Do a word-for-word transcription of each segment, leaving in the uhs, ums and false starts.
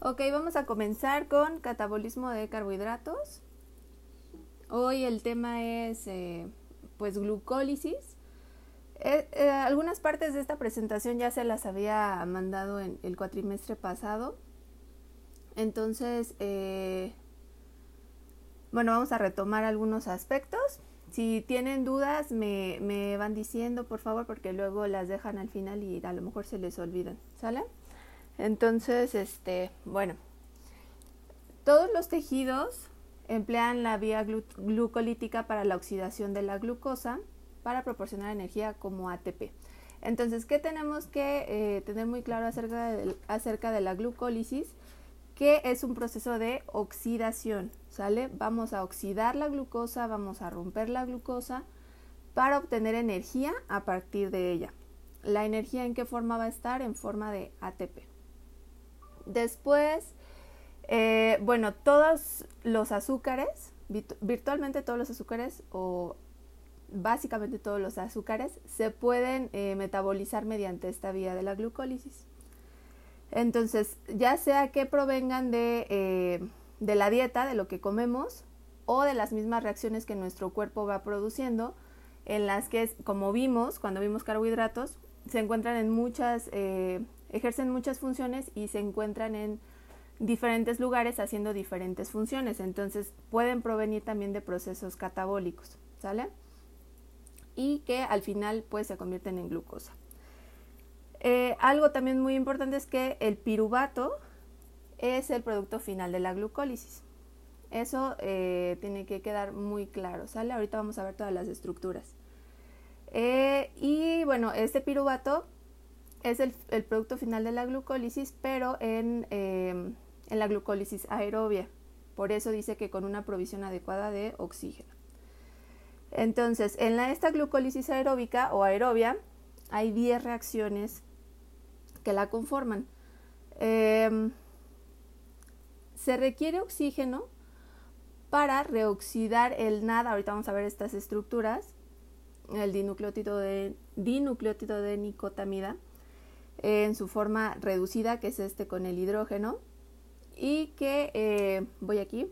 Ok, vamos a comenzar con catabolismo de carbohidratos. Hoy el tema es eh, pues glucólisis. Eh, eh, algunas partes de esta presentación ya se las había mandado en el cuatrimestre pasado. Entonces, eh, bueno, vamos a retomar algunos aspectos. Si tienen dudas, me, me van diciendo, por favor, porque luego las dejan al final y a lo mejor se les olvidan, ¿sale? Entonces, este, bueno, todos los tejidos emplean la vía glu glucolítica para la oxidación de la glucosa para proporcionar energía como A T P. Entonces, ¿qué tenemos que eh, tener muy claro acerca de, acerca de la glucólisis? Que es un proceso de oxidación, ¿sale? Vamos a oxidar la glucosa, vamos a romper la glucosa para obtener energía a partir de ella. ¿La energía en qué forma va a estar? En forma de A T P. Después, eh, bueno, todos los azúcares, virtualmente todos los azúcares o básicamente todos los azúcares se pueden eh, metabolizar mediante esta vía de la glucólisis. Entonces, ya sea que provengan de, eh, de la dieta, de lo que comemos, o de las mismas reacciones que nuestro cuerpo va produciendo, en las que, como vimos, cuando vimos carbohidratos, se encuentran en muchas, eh, ejercen muchas funciones y se encuentran en diferentes lugares haciendo diferentes funciones. Entonces, pueden provenir también de procesos catabólicos, ¿sale? Y que al final, pues, se convierten en glucosa. Eh, algo también muy importante es que el piruvato es el producto final de la glucólisis. Eso eh, tiene que quedar muy claro, ¿sale? Ahorita vamos a ver todas las estructuras. Eh, y bueno, este piruvato es el, el producto final de la glucólisis, pero en, eh, en la glucólisis aerobia. Por eso dice que con una provisión adecuada de oxígeno. Entonces, en la, esta glucólisis aeróbica o aerobia hay diez reacciones que la conforman. Eh, se requiere oxígeno para reoxidar el NAD. Ahorita vamos a ver estas estructuras. El dinucleótido de, dinucleótido de nicotamida eh, en su forma reducida, que es este con el hidrógeno, y que, eh, voy aquí,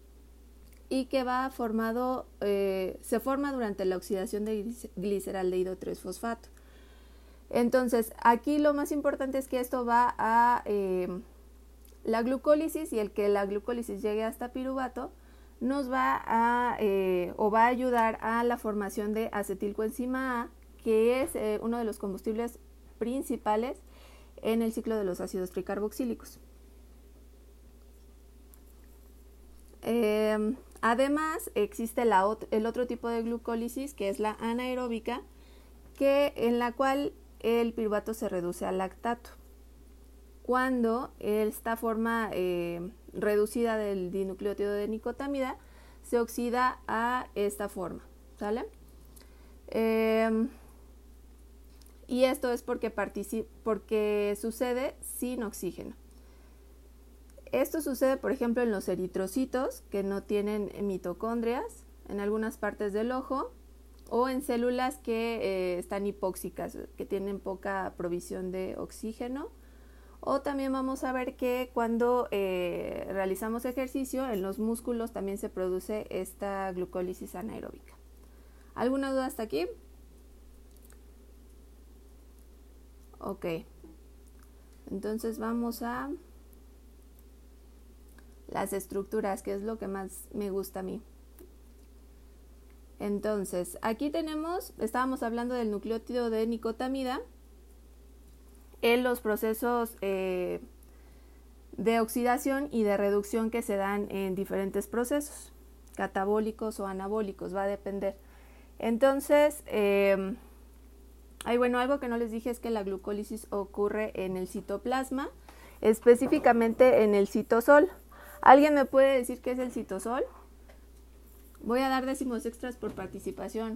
y que va formado, eh, se forma durante la oxidación de gliceraldehído tres fosfato. Entonces, aquí lo más importante es que esto va a eh, la glucólisis, y el que la glucólisis llegue hasta piruvato nos va a, eh, o va a ayudar a la formación de acetilcoenzima A, que es eh, uno de los combustibles principales en el ciclo de los ácidos tricarboxílicos. Eh, además, existe la ot el otro tipo de glucólisis, que es la anaeróbica, que, en la cual el piruvato se reduce a lactato. Cuando esta forma eh, reducida del dinucleótido de nicotamida se oxida a esta forma, ¿sale? Eh, y esto es porque, porque sucede sin oxígeno. Esto sucede, por ejemplo, en los eritrocitos, que no tienen mitocondrias, en algunas partes del ojo, o en células que eh, están hipóxicas, que tienen poca provisión de oxígeno. O también vamos a ver que cuando eh, realizamos ejercicio, en los músculos también se produce esta glucólisis anaeróbica. ¿Alguna duda hasta aquí? Ok. Entonces vamos a las estructuras, que es lo que más me gusta a mí. Entonces, aquí tenemos, estábamos hablando del nucleótido de nicotamida en los procesos eh, de oxidación y de reducción que se dan en diferentes procesos, catabólicos o anabólicos, va a depender. Entonces, eh, hay, bueno, algo que no les dije es que la glucólisis ocurre en el citoplasma, específicamente en el citosol. ¿Alguien me puede decir qué es el citosol? Voy a dar décimos extras por participación.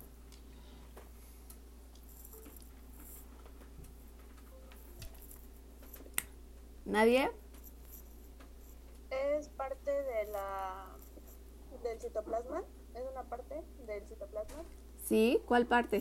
¿Nadie? Es parte de la del citoplasma, es una parte del citoplasma. Sí, ¿cuál parte?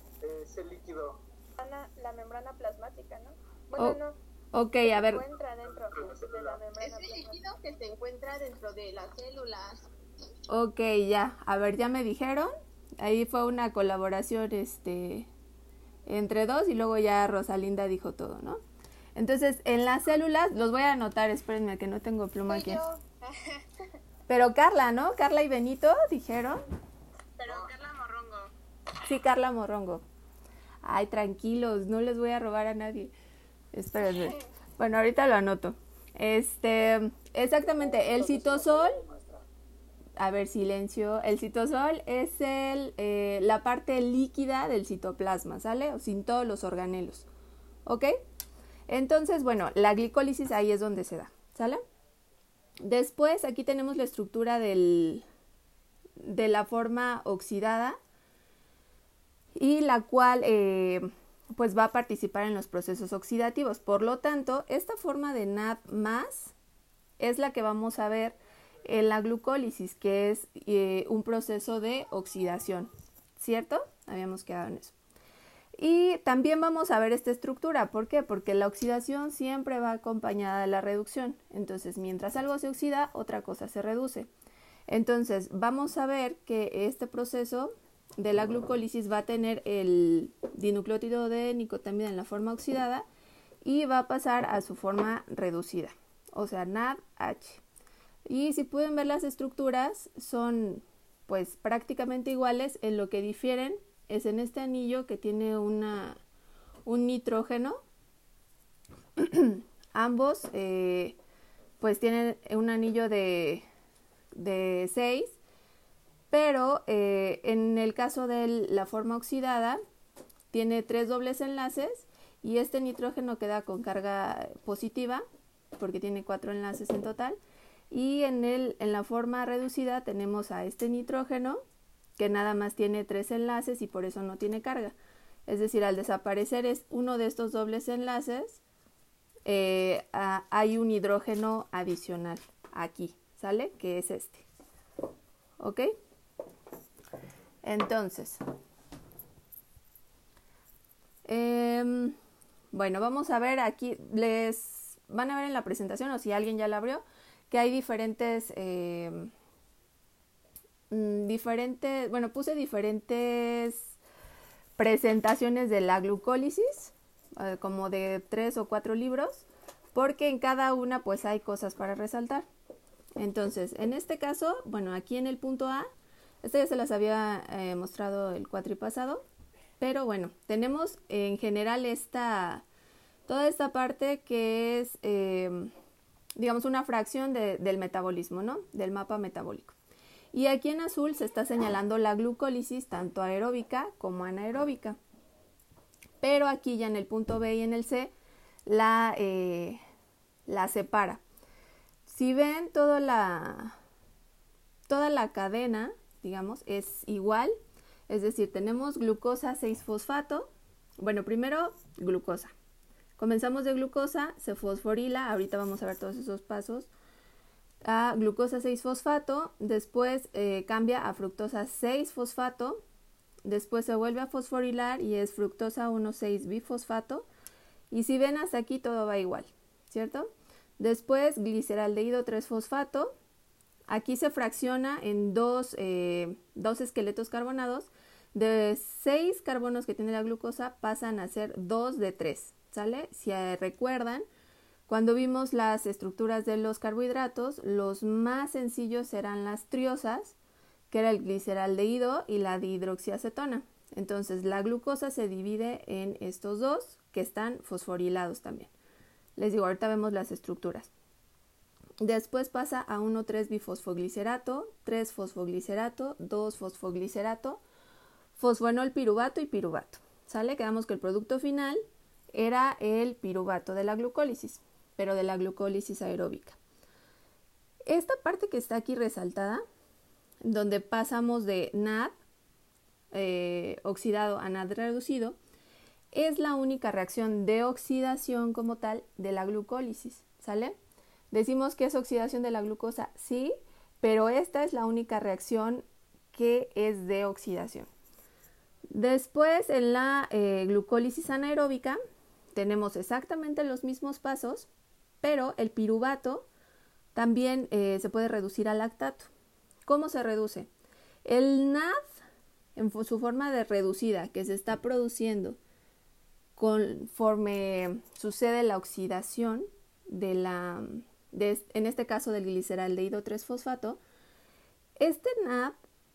Es el líquido. La, la membrana plasmática, ¿no? Bueno, oh, no. Ok, a ver. Se encuentra dentro de la membrana Es el líquido que se encuentra dentro de las células. Ok, ya. A ver, ya me dijeron. Ahí fue una colaboración este, entre dos y luego ya Rosalinda dijo todo, ¿no? Entonces, en las células, los voy a anotar, espérenme que no tengo pluma Soy aquí. yo. Pero Carla, ¿no? Carla y Benito dijeron. Pero Carla Morrongo. Sí, Carla Morrongo. Ay, tranquilos, no les voy a robar a nadie. Espérenme. Bueno, ahorita lo anoto. Este, exactamente, el citosol. A ver, silencio. El citosol es el, eh, la parte líquida del citoplasma, ¿sale? O sin todos los organelos. ¿Ok? Entonces, bueno, la glicólisis ahí es donde se da, ¿sale? Después, aquí tenemos la estructura del, de la forma oxidada y la cual eh, pues va a participar en los procesos oxidativos. Por lo tanto, esta forma de N A D más es la que vamos a ver en la glucólisis, que es eh, un proceso de oxidación, ¿cierto? Habíamos quedado en eso. Y también vamos a ver esta estructura. ¿Por qué? Porque la oxidación siempre va acompañada de la reducción. Entonces, mientras algo se oxida, otra cosa se reduce. Entonces, vamos a ver que este proceso de la glucólisis va a tener el dinucleótido de nicotinamida en la forma oxidada y va a pasar a su forma reducida, o sea, N A D H. Y si pueden ver las estructuras, son pues prácticamente iguales. En lo que difieren es en este anillo que tiene una, un nitrógeno. Ambos eh, pues tienen un anillo de, de seis, pero eh, en el caso de la forma oxidada tiene tres dobles enlaces y este nitrógeno queda con carga positiva porque tiene cuatro enlaces en total. Y en, el, en la forma reducida tenemos a este nitrógeno que nada más tiene tres enlaces y por eso no tiene carga. Es decir, al desaparecer es uno de estos dobles enlaces, eh, a, hay un hidrógeno adicional aquí, ¿sale? Que es este. ¿Ok? Entonces, eh, bueno, vamos a ver aquí, les van a ver en la presentación, o si alguien ya la abrió, que hay diferentes, eh, diferentes, bueno, puse diferentes presentaciones de la glucólisis, eh, como de tres o cuatro libros, porque en cada una pues hay cosas para resaltar. Entonces, en este caso, bueno, aquí en el punto A, este ya se las había eh, mostrado el cuatripasado, pero bueno, tenemos en general esta, toda esta parte que es, eh, digamos, una fracción de, del metabolismo, ¿no? Del mapa metabólico. Y aquí en azul se está señalando la glucólisis, tanto aeróbica como anaeróbica. Pero aquí ya en el punto B y en el C la, eh, la separa. Si ven toda la, toda la cadena, digamos, es igual. Es decir, tenemos glucosa seis fosfato. Bueno, primero glucosa. Comenzamos de glucosa, se fosforila, ahorita vamos a ver todos esos pasos, a glucosa seis fosfato, después eh, cambia a fructosa seis fosfato, después se vuelve a fosforilar y es fructosa uno seis bifosfato, y si ven hasta aquí todo va igual, ¿cierto? Después gliceraldehído tres fosfato, aquí se fracciona en dos, eh, dos esqueletos carbonados, de seis carbonos que tiene la glucosa pasan a ser dos de tres, ¿sale? Si eh, recuerdan, cuando vimos las estructuras de los carbohidratos, los más sencillos eran las triosas, que era el gliceraldehído y la dihidroxiacetona. Entonces, la glucosa se divide en estos dos, que están fosforilados también. Les digo, ahorita vemos las estructuras. Después pasa a uno tres bifosfoglicerato, tres fosfoglicerato, dos fosfoglicerato, fosfoenol piruvato y piruvato. ¿Sale? Quedamos que el producto final era el piruvato de la glucólisis, pero de la glucólisis aeróbica. Esta parte que está aquí resaltada, donde pasamos de N A D eh, oxidado a N A D reducido, es la única reacción de oxidación como tal de la glucólisis, ¿sale? Decimos que es oxidación de la glucosa, sí, pero esta es la única reacción que es de oxidación. Después, en la eh, glucólisis anaeróbica, tenemos exactamente los mismos pasos, pero el piruvato también eh, se puede reducir a lactato. ¿Cómo se reduce? El N A D, en su forma de reducida, que se está produciendo conforme sucede la oxidación de la, de, en este caso del gliceraldehído tres fosfato, este N A D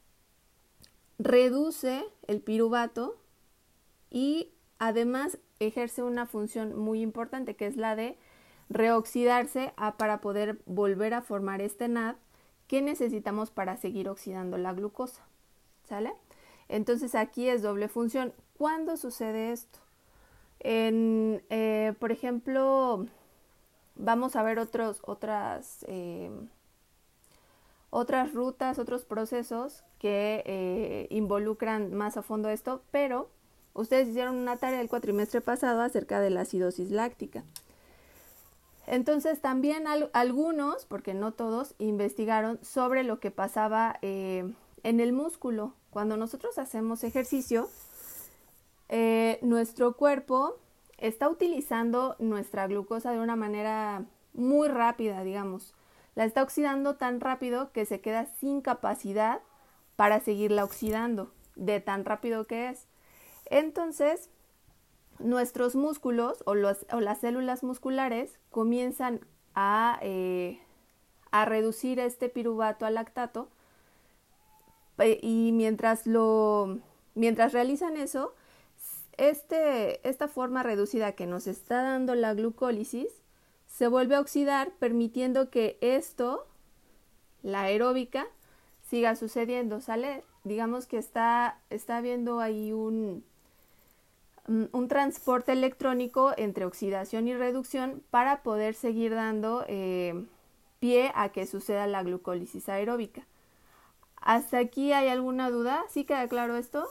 reduce el piruvato y además ejerce una función muy importante, que es la de reoxidarse a, para poder volver a formar este N A D que necesitamos para seguir oxidando la glucosa, ¿sale? Entonces aquí es doble función. ¿Cuándo sucede esto? En, eh, por ejemplo, vamos a ver otros, otras, eh, otras rutas, otros procesos que eh, involucran más a fondo esto, pero ustedes hicieron una tarea el cuatrimestre pasado acerca de la acidosis láctica. Entonces también al, algunos, porque no todos, investigaron sobre lo que pasaba eh, en el músculo. Cuando nosotros hacemos ejercicio, eh, nuestro cuerpo está utilizando nuestra glucosa de una manera muy rápida, digamos. La está oxidando tan rápido que se queda sin capacidad para seguirla oxidando, de tan rápido que es. Entonces, nuestros músculos o, los, o las células musculares comienzan a, eh, a reducir este piruvato a lactato eh, y mientras, lo, mientras realizan eso, este, esta forma reducida que nos está dando la glucólisis se vuelve a oxidar, permitiendo que esto, la aeróbica, siga sucediendo, ¿sale? Digamos que está, está habiendo ahí un... un transporte electrónico entre oxidación y reducción para poder seguir dando eh, pie a que suceda la glucólisis aeróbica. ¿Hasta aquí hay alguna duda? ¿Sí queda claro esto?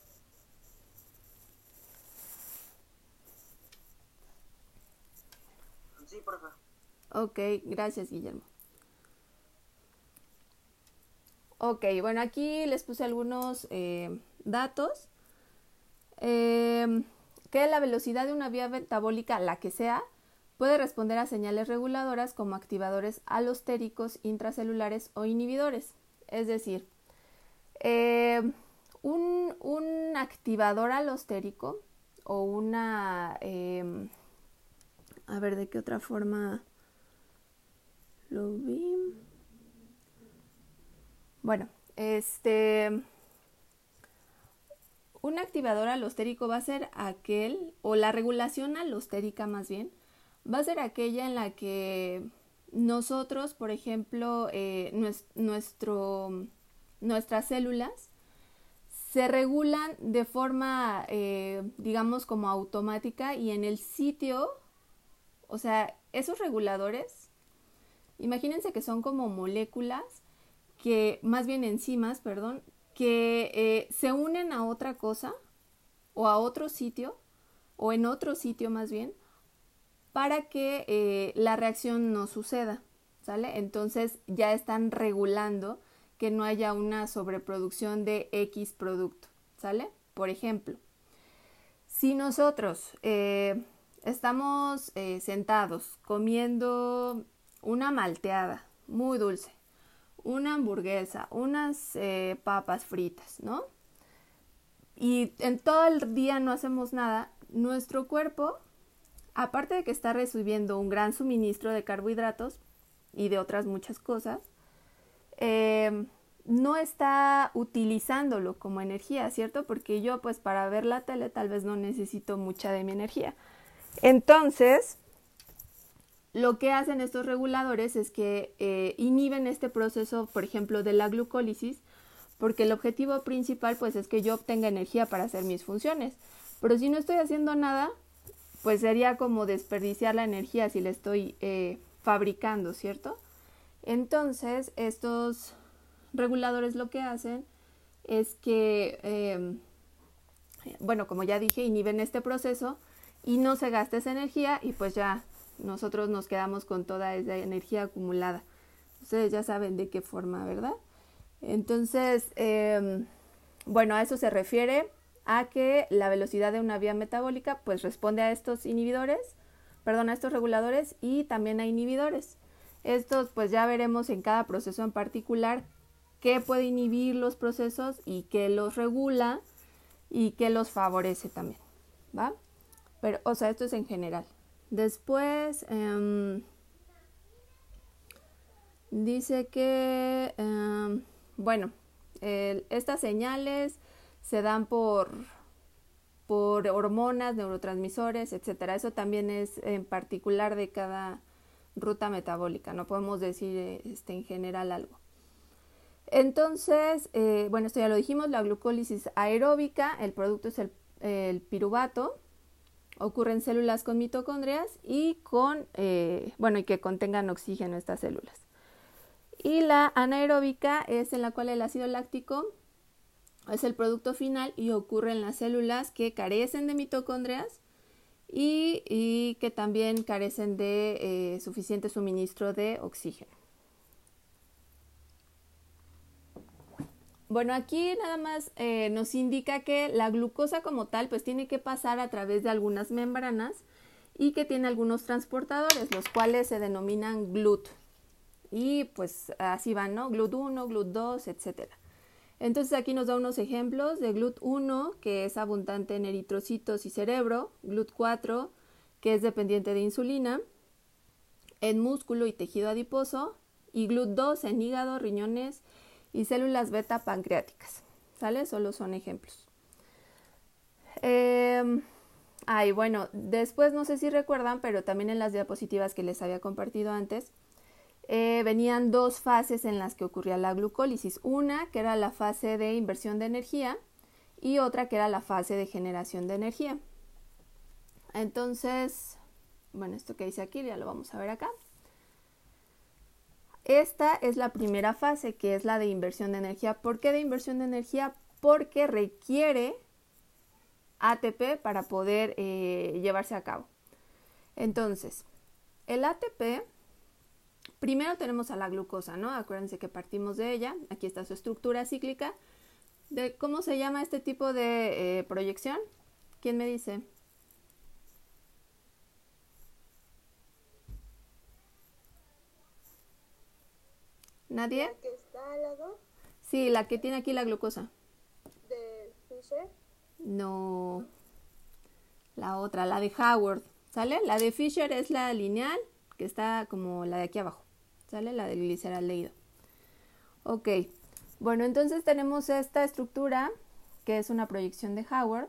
Sí, por favor. Ok, gracias, Guillermo. Ok, bueno, aquí les puse algunos eh, datos. Eh, que la velocidad de una vía metabólica, la que sea, puede responder a señales reguladoras como activadores alostéricos, intracelulares o inhibidores. Es decir, eh, un, un activador alostérico o una... Eh, a ver, ¿de qué otra forma lo vi? Bueno, este... un activador alostérico va a ser aquel, o la regulación alostérica más bien, va a ser aquella en la que nosotros, por ejemplo, eh, nuestro, nuestras células se regulan de forma, eh, digamos, como automática y en el sitio, o sea, esos reguladores, imagínense que son como moléculas, que más bien enzimas, perdón, que eh, se unen a otra cosa o a otro sitio o en otro sitio más bien para que eh, la reacción no suceda, ¿sale? Entonces ya están regulando que no haya una sobreproducción de X producto, ¿sale? Por ejemplo, si nosotros eh, estamos eh, sentados comiendo una malteada muy dulce, una hamburguesa, unas eh, papas fritas, ¿no? Y en todo el día no hacemos nada, nuestro cuerpo, aparte de que está recibiendo un gran suministro de carbohidratos y de otras muchas cosas, eh, no está utilizándolo como energía, ¿cierto? Porque yo, pues, para ver la tele tal vez no necesito mucha de mi energía. Entonces, lo que hacen estos reguladores es que eh, inhiben este proceso, por ejemplo, de la glucólisis, porque el objetivo principal pues es que yo obtenga energía para hacer mis funciones. Pero si no estoy haciendo nada, pues sería como desperdiciar la energía si la estoy eh, fabricando, ¿cierto? Entonces, estos reguladores lo que hacen es que, eh, bueno, como ya dije, inhiben este proceso y no se gasta esa energía y pues ya nosotros nos quedamos con toda esa energía acumulada. Ustedes ya saben de qué forma, ¿verdad? Entonces, eh, bueno, a eso se refiere a que la velocidad de una vía metabólica pues responde a estos inhibidores perdón, a estos reguladores y también a inhibidores. Estos pues ya veremos en cada proceso en particular qué puede inhibir los procesos y qué los regula y qué los favorece también, ¿va? Pero, o sea, esto es en general. Después, eh, dice que, eh, bueno, el, estas señales se dan por, por hormonas, neurotransmisores, etcétera. Eso también es en particular de cada ruta metabólica, no podemos decir este, en general algo. Entonces, eh, bueno, esto ya lo dijimos, la glucólisis aeróbica, el producto es el, el piruvato, ocurre en células con mitocondrias y con, eh, bueno, y que contengan oxígeno estas células. Y la anaeróbica es en la cual el ácido láctico es el producto final y ocurre en las células que carecen de mitocondrias y, y que también carecen de eh, suficiente suministro de oxígeno. Bueno, aquí nada más eh, nos indica que la glucosa como tal pues tiene que pasar a través de algunas membranas y que tiene algunos transportadores, los cuales se denominan G L U T. Y pues así van, ¿no? G L U T uno, G L U T dos, etcétera. Entonces aquí nos da unos ejemplos de G L U T uno, que es abundante en eritrocitos y cerebro, G L U T cuatro, que es dependiente de insulina, en músculo y tejido adiposo, y G L U T dos en hígado, riñones y células beta pancreáticas, ¿sale? Solo son ejemplos. Eh, ay, bueno, después no sé si recuerdan, pero también en las diapositivas que les había compartido antes, eh, venían dos fases en las que ocurría la glucólisis. Una que era la fase de inversión de energía y otra que era la fase de generación de energía. Entonces, bueno, esto que dice aquí ya lo vamos a ver acá. Esta es la primera fase, que es la de inversión de energía. ¿Por qué de inversión de energía? Porque requiere A T P para poder eh, llevarse a cabo. Entonces, el A T P, primero tenemos a la glucosa, ¿no? Acuérdense que partimos de ella. Aquí está su estructura cíclica. ¿De cómo se llama este tipo de eh, proyección? ¿Quién me dice? ¿Nadie? La que está al lado Sí, la que tiene aquí la glucosa. de Fisher. No, la otra, la de Howard, ¿sale? La de Fisher es la lineal, que está como la de aquí abajo, ¿sale? La del gliceraldehído. Ok, bueno, entonces tenemos esta estructura, que es una proyección de Howard,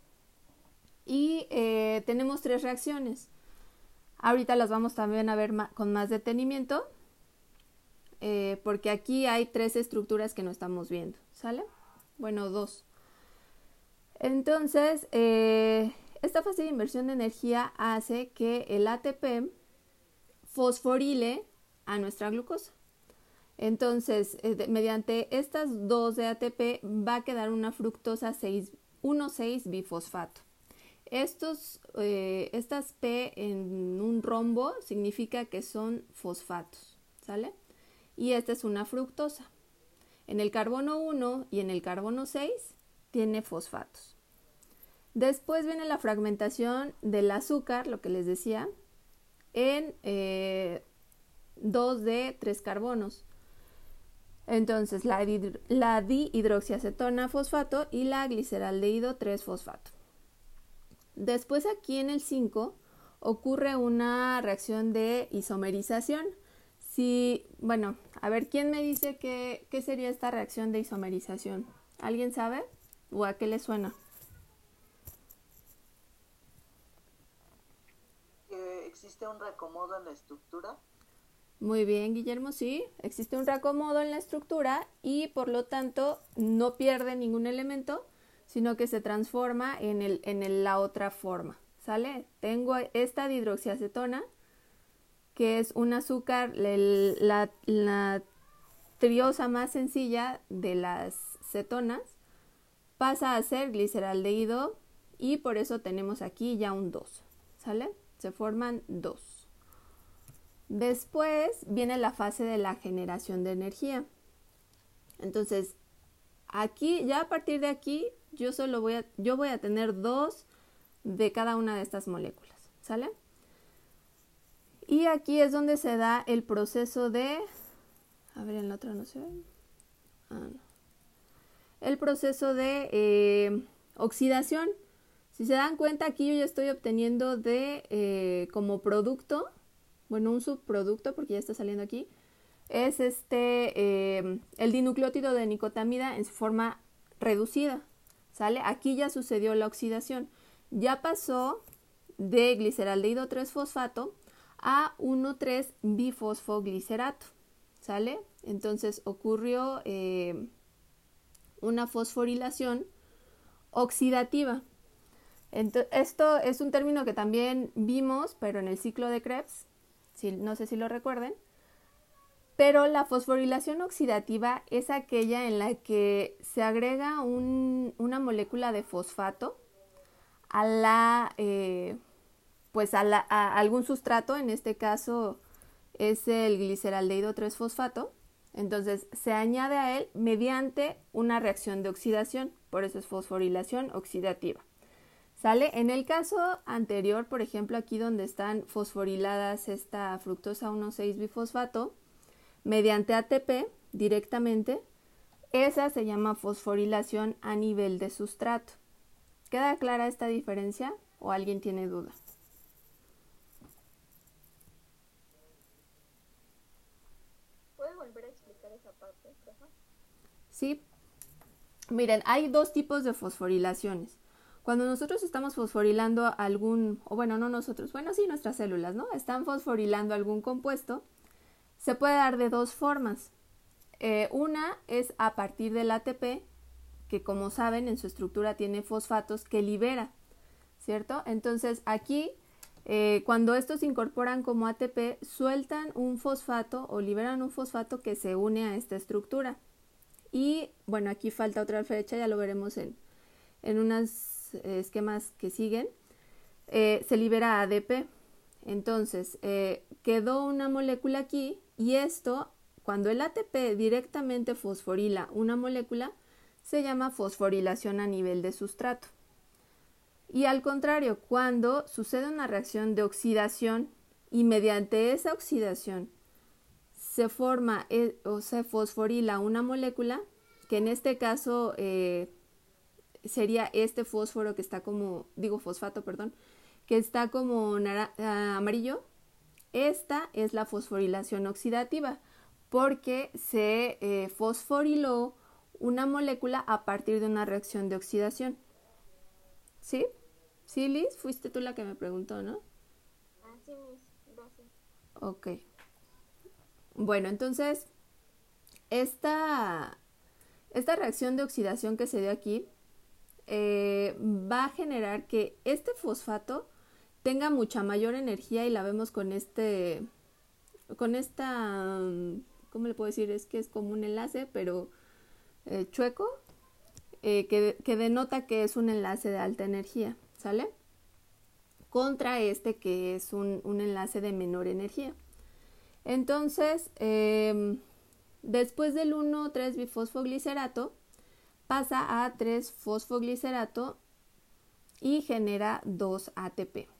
y eh, tenemos tres reacciones. Ahorita las vamos también a ver ma- con más detenimiento, eh, porque aquí hay tres estructuras que no estamos viendo, ¿sale? Bueno, dos. Entonces, eh, esta fase de inversión de energía hace que el A T P fosforile a nuestra glucosa. Entonces, eh, de, mediante estas dos de A T P va a quedar una fructosa uno seis bifosfato. Estos, eh, estas P en un rombo significa que son fosfatos, ¿sale? Y esta es una fructosa. En el carbono uno y en el carbono seis tiene fosfatos. Después viene la fragmentación del azúcar, lo que les decía, en eh, dos de tres carbonos. Entonces, la, la dihidroxiacetona fosfato y la gliceraldehído tres fosfato. Después aquí en el cinco ocurre una reacción de isomerización. Si, bueno, a ver, ¿quién me dice qué, qué sería esta reacción de isomerización? ¿Alguien sabe? ¿O a qué le suena? ¿Que existe un reacomodo en la estructura? Muy bien, Guillermo, sí, existe un reacomodo en la estructura y por lo tanto no pierde ningún elemento, sino que se transforma en, el, en el, la otra forma, ¿sale? Tengo esta dihidroxiacetona, que es un azúcar, el, la, la triosa más sencilla de las cetonas, pasa a ser gliceraldehído y por eso tenemos aquí ya un dos, ¿sale? Se forman dos. Después viene la fase de la generación de energía. Entonces, aquí, ya a partir de aquí, yo solo voy a, yo voy a tener dos de cada una de estas moléculas, ¿sale? Y aquí es donde se da el proceso de... A ver, en la otra no se ve. Ah, no. El proceso de eh, oxidación. Si se dan cuenta, aquí yo ya estoy obteniendo de eh, como producto, bueno, un subproducto, porque ya está saliendo aquí, es este eh, el dinucleótido de nicotamida en su forma reducida, ¿sale? Aquí ya sucedió la oxidación, ya pasó de gliceraldehído tres fosfato a uno tres bifosfoglicerato, ¿sale? Entonces ocurrió eh, una fosforilación oxidativa. Entonces, esto es un término que también vimos, pero en el ciclo de Krebs, si, no sé si lo recuerden. Pero la fosforilación oxidativa es aquella en la que se agrega un, una molécula de fosfato a, la, eh, pues a, la, a algún sustrato, en este caso es el gliceraldehído tres fosfato. Entonces se añade a él mediante una reacción de oxidación, por eso es fosforilación oxidativa. ¿Sale? En el caso anterior, por ejemplo, aquí donde están fosforiladas esta fructosa uno seis bifosfato, mediante A T P directamente, esa se llama fosforilación a nivel de sustrato. ¿Queda clara esta diferencia o alguien tiene duda? ¿Puede volver a explicar esa parte, profe? Sí. Miren, hay dos tipos de fosforilaciones. Cuando nosotros estamos fosforilando algún, o bueno, no nosotros, bueno, sí, nuestras células, ¿no? Están fosforilando algún compuesto, se puede dar de dos formas. Eh, una es a partir del A T P, que como saben en su estructura tiene fosfatos que libera, ¿cierto? Entonces aquí, eh, cuando estos se incorporan como A T P, sueltan un fosfato o liberan un fosfato que se une a esta estructura. Y bueno, aquí falta otra flecha, ya lo veremos en, en unos esquemas que siguen. Eh, se libera A D P. Entonces, eh, quedó una molécula aquí y esto, cuando el A T P directamente fosforila una molécula, se llama fosforilación a nivel de sustrato. Y al contrario, cuando sucede una reacción de oxidación y mediante esa oxidación se forma eh, o se fosforila una molécula, que en este caso eh, sería este fósforo que está como, digo fosfato, perdón, que está como nara- amarillo. Esta es la fosforilación oxidativa porque se eh, fosforiló una molécula a partir de una reacción de oxidación. ¿Sí? ¿Sí, Liz? Fuiste tú la que me preguntó, ¿no? Así es, gracias. Ok. Bueno, entonces, esta, esta reacción de oxidación que se dio aquí eh, va a generar que este fosfato tenga mucha mayor energía y la vemos con este, con esta, ¿cómo le puedo decir? Es que es como un enlace, pero eh, chueco, eh, que, que denota que es un enlace de alta energía, ¿sale? Contra este que es un, un enlace de menor energía. Entonces, eh, después del uno tres bifosfoglicerato, pasa a tres fosfoglicerato y genera dos A T P.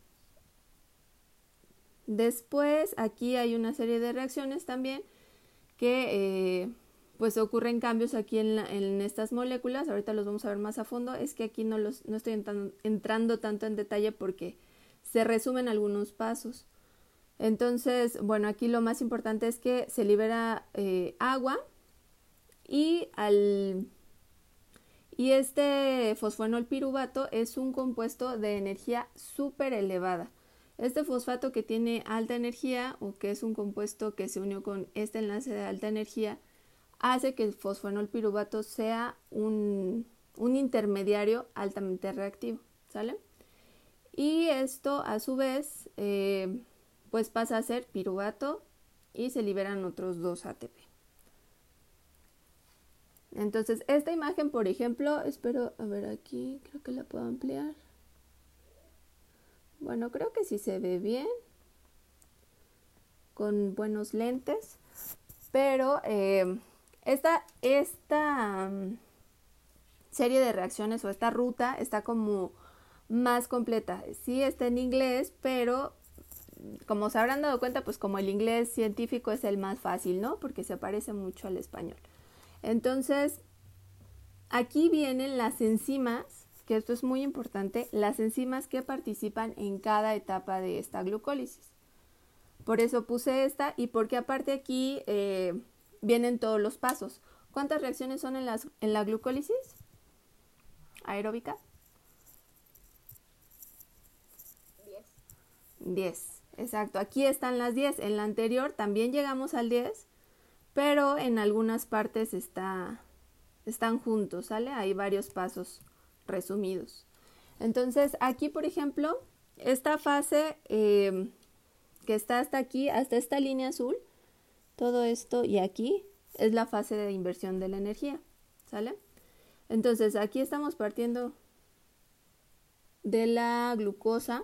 Después, aquí hay una serie de reacciones también que eh, pues ocurren cambios aquí en, la, en estas moléculas. Ahorita los vamos a ver más a fondo. Es que aquí no, los, no estoy entrando, entrando tanto en detalle porque se resumen algunos pasos. Entonces, bueno, aquí lo más importante es que se libera eh, agua y, al, y este fosfonol piruvato es un compuesto de energía súper elevada. Este fosfato que tiene alta energía o que es un compuesto que se unió con este enlace de alta energía hace que el fosfonol piruvato sea un, un intermediario altamente reactivo, ¿sale? Y esto a su vez eh, pues pasa a ser piruvato y se liberan otros dos A T P. Entonces esta imagen, por ejemplo, espero, a ver aquí, creo que la puedo ampliar. Bueno, creo que sí se ve bien, con buenos lentes, pero eh, esta, esta um, serie de reacciones o esta ruta está como más completa. Sí está en inglés, pero como se habrán dado cuenta, pues como el inglés científico es el más fácil, ¿no? Porque se parece mucho al español. Entonces, aquí vienen las enzimas, que esto es muy importante, las enzimas que participan en cada etapa de esta glucólisis. Por eso puse esta y porque aparte aquí eh, vienen todos los pasos. ¿Cuántas reacciones son en, las, en la glucólisis aeróbica? diez. diez, exacto. Aquí están las diez. En la anterior también llegamos al diez, pero en algunas partes está, están juntos, ¿sale? Hay varios pasos resumidos. Entonces, aquí, por ejemplo, esta fase eh, que está hasta aquí, hasta esta línea azul, todo esto y aquí es la fase de inversión de la energía, ¿sale? Entonces, aquí estamos partiendo de la glucosa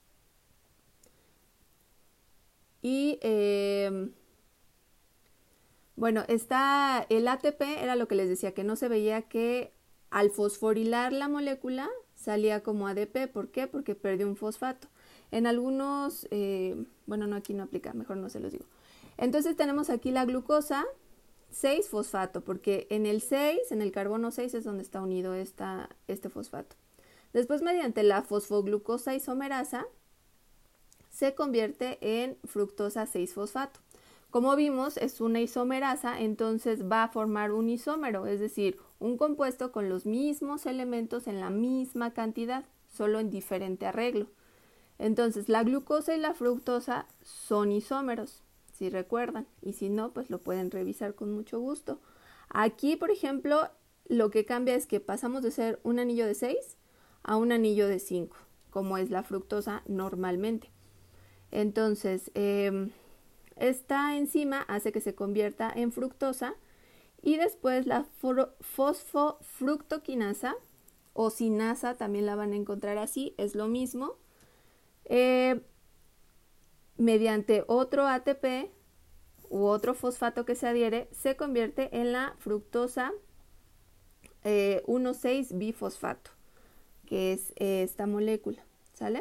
y eh, bueno, está el A T P, era lo que les decía, que no se veía que al fosforilar la molécula salía como A D P. ¿Por qué? Porque perdió un fosfato. En algunos, eh, bueno, no, aquí no aplica, mejor no se los digo. Entonces tenemos aquí la glucosa, seis fosfato, porque en el seis, en el carbono seis es donde está unido esta, este fosfato. Después, mediante la fosfoglucosa isomerasa, se convierte en fructosa seis fosfato. Como vimos, es una isomerasa, entonces va a formar un isómero, es decir, un compuesto con los mismos elementos en la misma cantidad, solo en diferente arreglo. Entonces, la glucosa y la fructosa son isómeros, si recuerdan, y si no, pues lo pueden revisar con mucho gusto. Aquí, por ejemplo, lo que cambia es que pasamos de ser un anillo de seis a un anillo de cinco, como es la fructosa normalmente. Entonces, eh, esta enzima hace que se convierta en fructosa y después la fosfofructoquinasa o sinasa, también la van a encontrar así, es lo mismo. Eh, mediante otro A T P u otro fosfato que se adhiere, se convierte en la fructosa eh, uno seis bifosfato, que es eh, esta molécula, ¿sale?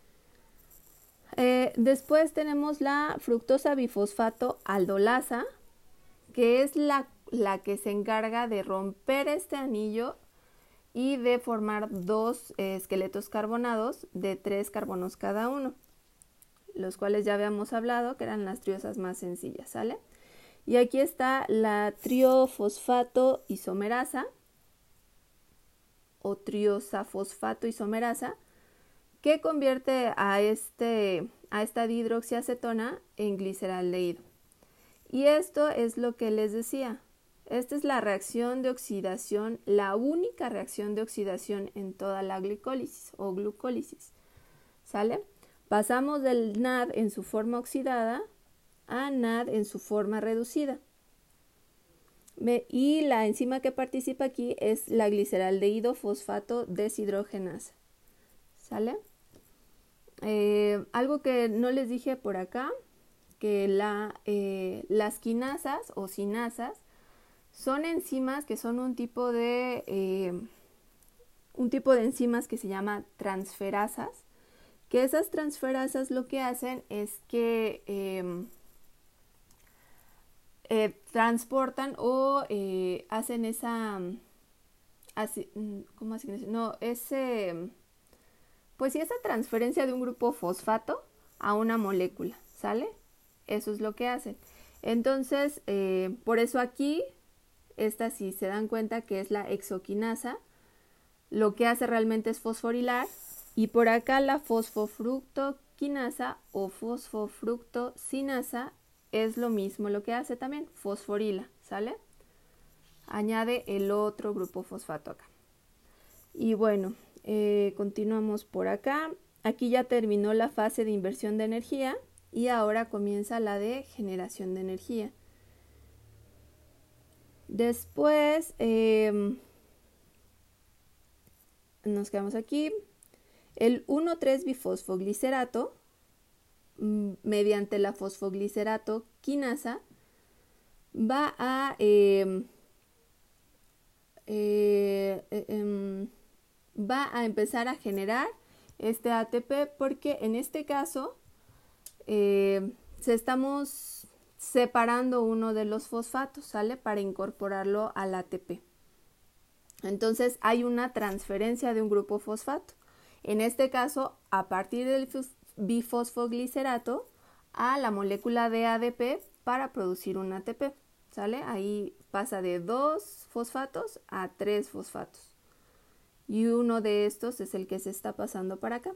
Eh, después tenemos la fructosa bifosfato aldolasa, que es la, la que se encarga de romper este anillo y de formar dos eh, esqueletos carbonados de tres carbonos cada uno, los cuales ya habíamos hablado que eran las triosas más sencillas, ¿sale? Y aquí está la triofosfato isomerasa o triosa fosfato isomerasa, que convierte a, este, a esta dihidroxiacetona en gliceraldehído. Y esto es lo que les decía. Esta es la reacción de oxidación, la única reacción de oxidación en toda la glicólisis o glucólisis, ¿sale? Pasamos del N A D en su forma oxidada a N A D en su forma reducida. Y la enzima que participa aquí es la gliceraldehído fosfato deshidrogenasa, ¿sale? Eh, algo que no les dije por acá, que la, eh, las quinasas o sinasas son enzimas que son un tipo de eh, un tipo de enzimas que se llama transferasas, que esas transferasas lo que hacen es que eh, eh, transportan o eh, hacen esa así, ¿cómo así? No, ese pues sí, esa transferencia de un grupo fosfato a una molécula, ¿sale? Eso es lo que hacen. Entonces, eh, por eso aquí, esta si se dan cuenta que es la hexoquinasa, lo que hace realmente es fosforilar, y por acá la fosfofructoquinasa o fosfofructosinasa es lo mismo lo que hace también, fosforila, ¿sale? Añade el otro grupo fosfato acá. Y bueno, eh, continuamos por acá. Aquí ya terminó la fase de inversión de energía y ahora comienza la de generación de energía. Después eh, nos quedamos aquí. El uno tres bifosfoglicerato, mediante la fosfoglicerato quinasa, va a eh, eh, eh, eh, va a empezar a generar este A T P, porque en este caso eh, se estamos separando uno de los fosfatos, ¿sale? Para incorporarlo al A T P. Entonces hay una transferencia de un grupo fosfato. En este caso, a partir del bifosfoglicerato a la molécula de A D P para producir un A T P, ¿sale? Ahí pasa de dos fosfatos a tres fosfatos. Y uno de estos es el que se está pasando para acá.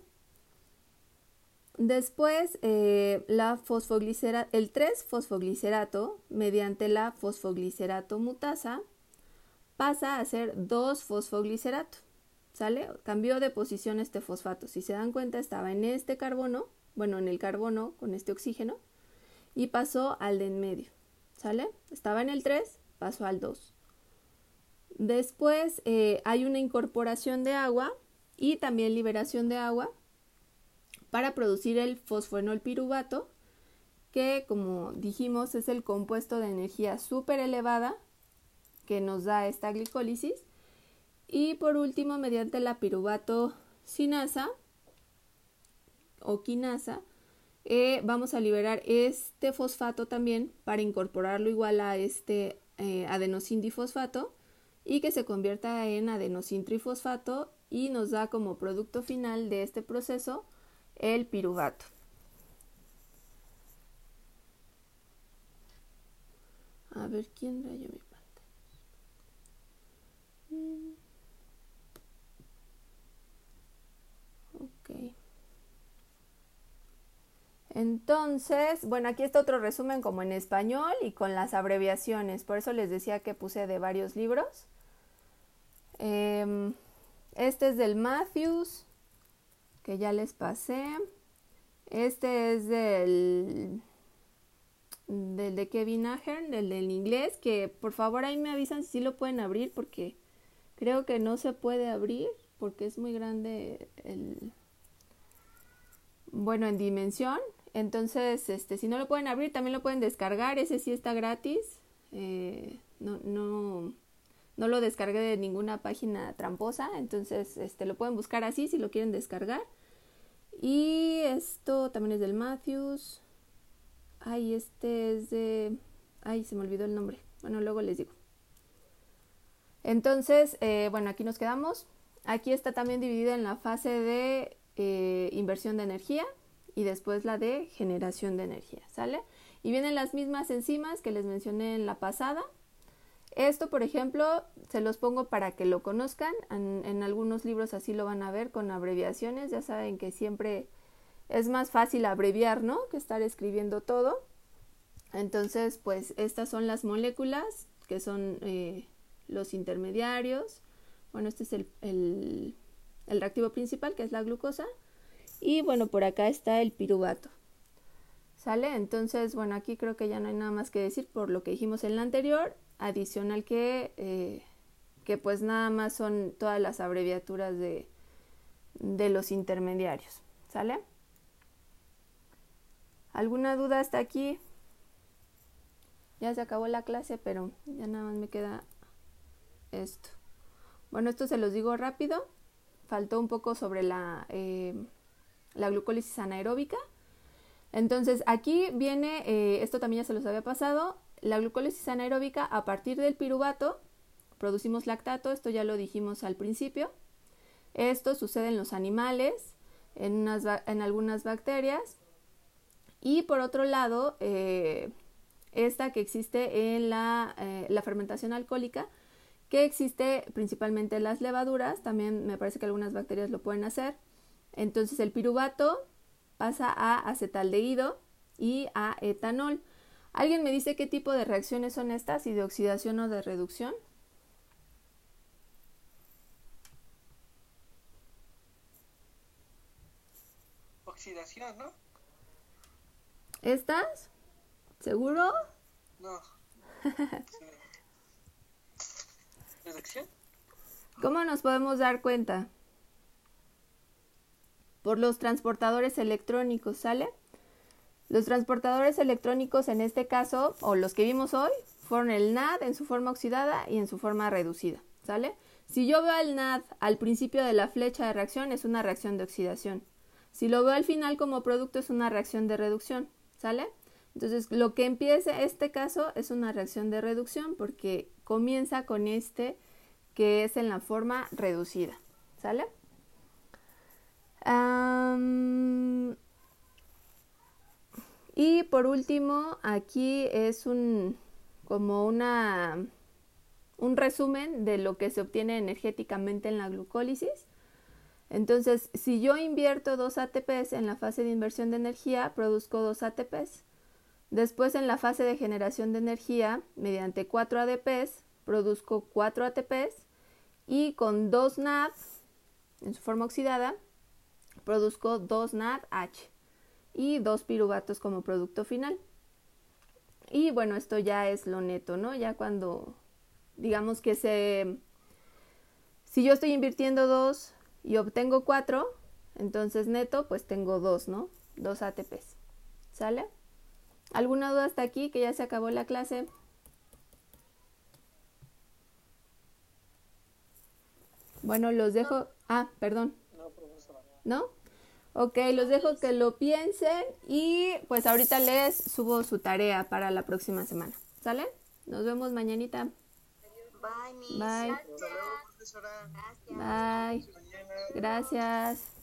Después, eh, la fosfoglicera, el tres fosfoglicerato, mediante la fosfoglicerato mutasa, pasa a ser dos fosfoglicerato, ¿sale? Cambió de posición este fosfato. Si se dan cuenta, estaba en este carbono, bueno, en el carbono con este oxígeno, y pasó al de en medio, ¿sale? Estaba en el tres, pasó al dos. Después eh, hay una incorporación de agua y también liberación de agua para producir el fosfoenolpiruvato, que como dijimos es el compuesto de energía súper elevada que nos da esta glicólisis. Y por último, mediante la piruvato sinasa o quinasa, eh, vamos a liberar este fosfato también para incorporarlo igual a este eh, adenosindifosfato y que se convierta en adenosintrifosfato y nos da como producto final de este proceso el piruvato. A ver, ¿quién rayó mi pantalla? Mm. Ok. Entonces, bueno, aquí está otro resumen como en español y con las abreviaciones. Por eso les decía que puse de varios libros. Eh, este es del Matthews, que ya les pasé. Este es del, del de Kevin Ahern, del del inglés, que por favor ahí me avisan si sí lo pueden abrir, porque creo que no se puede abrir, porque es muy grande el... Bueno, en dimensión. Entonces, este, si no lo pueden abrir, también lo pueden descargar. Ese sí está gratis. Eh, no, no, no lo descargué de ninguna página tramposa. Entonces, este, lo pueden buscar así si lo quieren descargar. Y esto también es del Matthews. Ay, este es de... Ay, se me olvidó el nombre. Bueno, luego les digo. Entonces, eh, bueno, aquí nos quedamos. Aquí está también dividida en la fase de eh, inversión de energía y después la de generación de energía, ¿sale? Y vienen las mismas enzimas que les mencioné en la pasada. Esto, por ejemplo, se los pongo para que lo conozcan. En, en algunos libros así lo van a ver con abreviaciones. Ya saben que siempre es más fácil abreviar, ¿no? Que estar escribiendo todo. Entonces, pues estas son las moléculas que son eh, los intermediarios. Bueno, este es el, el, el reactivo principal, que es la glucosa. Y bueno, por acá está el piruvato. ¿Sale? Entonces, bueno, aquí creo que ya no hay nada más que decir por lo que dijimos en la anterior. Adicional que, eh, que pues nada más son todas las abreviaturas de, de los intermediarios. ¿Sale? ¿Alguna duda hasta aquí? Ya se acabó la clase, pero ya nada más me queda esto. Bueno, esto se los digo rápido. Faltó un poco sobre la, eh, la glucólisis anaeróbica. Entonces, aquí viene, eh, esto también ya se los había pasado, la glucólisis anaeróbica a partir del piruvato. Producimos lactato, esto ya lo dijimos al principio. Esto sucede en los animales, en, unas, en algunas bacterias. Y por otro lado, eh, esta que existe en la, eh, la fermentación alcohólica, que existe principalmente en las levaduras, también me parece que algunas bacterias lo pueden hacer. Entonces el piruvato pasa a acetaldehído y a etanol. ¿Alguien me dice qué tipo de reacciones son estas, si de oxidación o de reducción? Oxidación, ¿no? ¿Estas? ¿Seguro? No. ¿Reducción? ¿Cómo nos podemos dar cuenta? Por los transportadores electrónicos, ¿sale? Los transportadores electrónicos en este caso, o los que vimos hoy, fueron el N A D en su forma oxidada y en su forma reducida, ¿sale? Si yo veo al N A D al principio de la flecha de reacción, es una reacción de oxidación. Si lo veo al final como producto es una reacción de reducción, ¿sale? Entonces lo que empiece este caso es una reacción de reducción porque comienza con este que es en la forma reducida, ¿sale? Um, y por último, aquí es un como una un resumen de lo que se obtiene energéticamente en la glucólisis. Entonces, si yo invierto dos A T Ps en la fase de inversión de energía, produzco dos A T Ps. Después, en la fase de generación de energía, mediante cuatro A D Ps, produzco cuatro A T Ps. Y con dos N A D, en su forma oxidada, produzco dos N A D H. Y dos piruvatos como producto final. Y bueno, esto ya es lo neto, ¿no? Ya cuando, digamos que se... Si yo estoy invirtiendo dos y obtengo cuatro, entonces neto pues tengo dos, ¿no? dos A T Ps. ¿Sale? ¿Alguna duda hasta aquí que ya se acabó la clase? Bueno, los dejo... Ah, perdón. No, profesora. ¿No? Ok, los dejo que lo piensen y pues ahorita les subo su tarea para la próxima semana. ¿Sale? Nos vemos mañanita. Bye, Miss. Bye. Hasta luego, profesora. Bye. Mañana. Gracias.